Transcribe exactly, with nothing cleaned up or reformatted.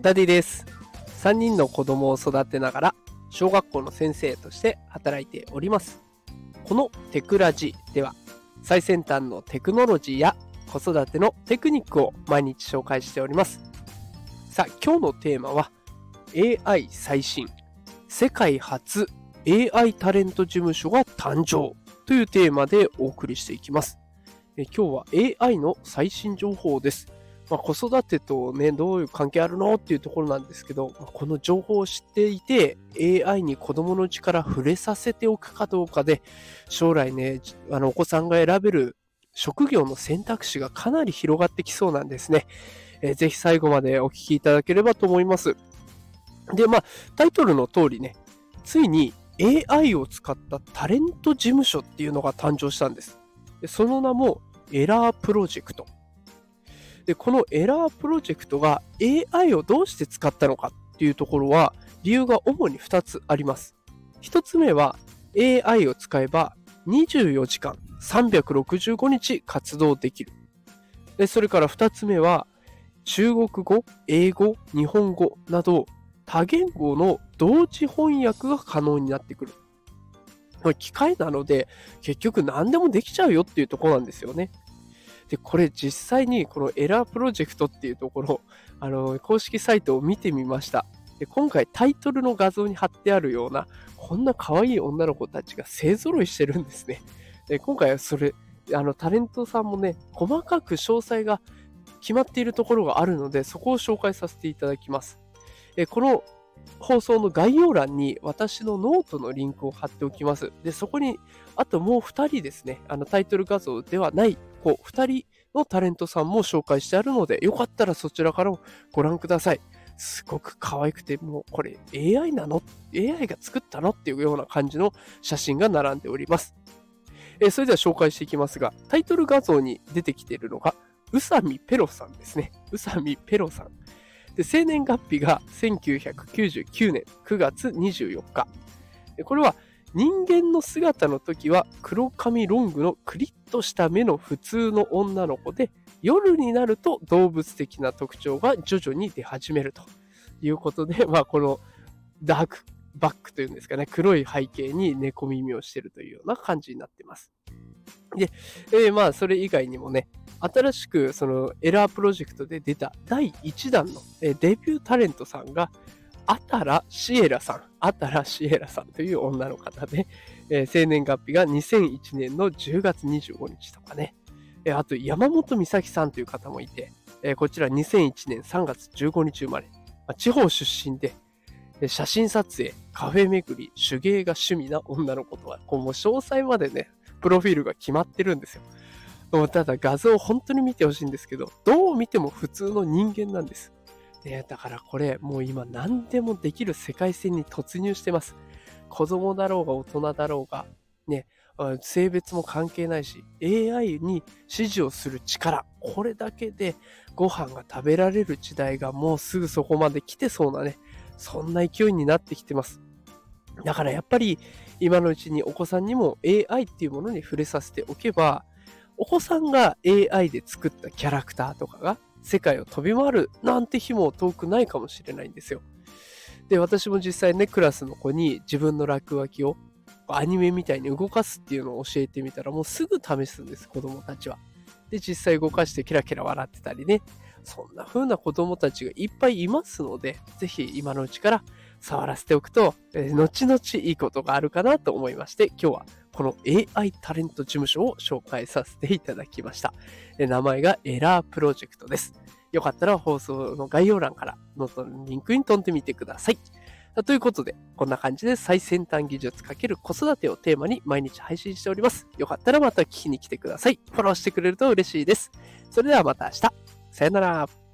ダディです。さんにんの子供を育てながら小学校の先生として働いております。このテクラジでは最先端のテクノロジーや子育てのテクニックを毎日紹介しております。さあ、今日のテーマは エーアイ 最新世界初 エーアイ タレント事務所が誕生というテーマでお送りしていきます。え今日は エーアイ の最新情報です。まあ、子育てとね、どういう関係あるのっていうところなんですけど、この情報を知っていて エーアイ に子供のうちから触れさせておくかどうかで、将来ね、あのお子さんが選べる職業の選択肢がかなり広がってきそうなんですね。えー、ぜひ最後までお聞きいただければと思います。で、まあ、タイトルの通りね、ついに エーアイ を使ったタレント事務所っていうのが誕生したんです。でその名もエラープロジェクト。で、このエラープロジェクトが エーアイ をどうして使ったのかっていうところは、理由が主にふたつあります。ひとつめは エーアイ を使えばにじゅうよじかんさんびゃくろくじゅうごにち活動できる。で、それからふたつめは中国語、英語、日本語など多言語の同時翻訳が可能になってくる。機械なので結局何でもできちゃうよっていうところなんですよね。で、これ実際にこのエラープロジェクトっていうところ、あの、公式サイトを見てみました。で、今回タイトルの画像に貼ってあるような、こんな可愛い女の子たちが勢揃いしてるんですね。で、今回はそれ、あの、タレントさんもね、細かく詳細が決まっているところがあるので、そこを紹介させていただきます。え、この放送の概要欄に私のノートのリンクを貼っておきます。で、そこに、あともうふたりですね、あのタイトル画像ではない子ふたりのタレントさんも紹介してあるので、よかったらそちらからもご覧ください。すごく可愛くて、もうこれ エーアイ なの ?エーアイ が作ったのっていうような感じの写真が並んでおります。えー、それでは紹介していきますが、タイトル画像に出てきているのが、宇佐美ペロさんですね。宇佐美ペロさん。で、生年月日がせんきゅうひゃくきゅうじゅうきゅうねんくがつにじゅうよっか。これは人間の姿の時は黒髪ロングのクリッとした目の普通の女の子で、夜になると動物的な特徴が徐々に出始めるということで、まあこのダークバックというんですかね、黒い背景に猫耳をしているというような感じになっています。で、えー、まあそれ以外にもね、新しくそのエラープロジェクトで出ただいいちだんのデビュータレントさんがアタラシエラさん、アタラシエラさんという女の方で、えー、生年月日がにせんいちねんのじゅうがつにじゅうごにちとかね、えー、あと山本美咲さんという方もいて、えー、こちらにせんいちねんさんがつじゅうごにち生まれ、まあ、地方出身で、写真撮影、カフェ巡り、手芸が趣味な女の子とは、こうもう詳細までね、プロフィールが決まってるんですよ。ただ画像を本当に見てほしいんですけど、どう見ても普通の人間なんです。ね、だからこれもう今何でもできる世界線に突入してます。子供だろうが大人だろうが、ね、性別も関係ないし、エーアイ に指示をする力、これだけでご飯が食べられる時代がもうすぐそこまで来てそうなね、そんな勢いになってきてます。だからやっぱり今のうちにお子さんにも エーアイ っていうものに触れさせておけば、お子さんが エーアイ で作ったキャラクターとかが世界を飛び回るなんて日も遠くないかもしれないんですよ。で、私も実際ね、クラスの子に自分の落書きをアニメみたいに動かすっていうのを教えてみたら、もうすぐ試すんです、子供たちは。で、実際動かしてキラキラ笑ってたりね。そんな風な子供たちがいっぱいいますので、ぜひ今のうちから触らせておくと、えー、後々いいことがあるかなと思いまして、今日はこの エーアイ タレント事務所を紹介させていただきました。名前がエラープロジェクトです。よかったら放送の概要欄からノートのリンクに飛んでみてください。ということで、こんな感じで最先端技術×子育てをテーマに毎日配信しております。よかったらまた聞きに来てください。フォローしてくれると嬉しいです。それではまた明日。さよなら。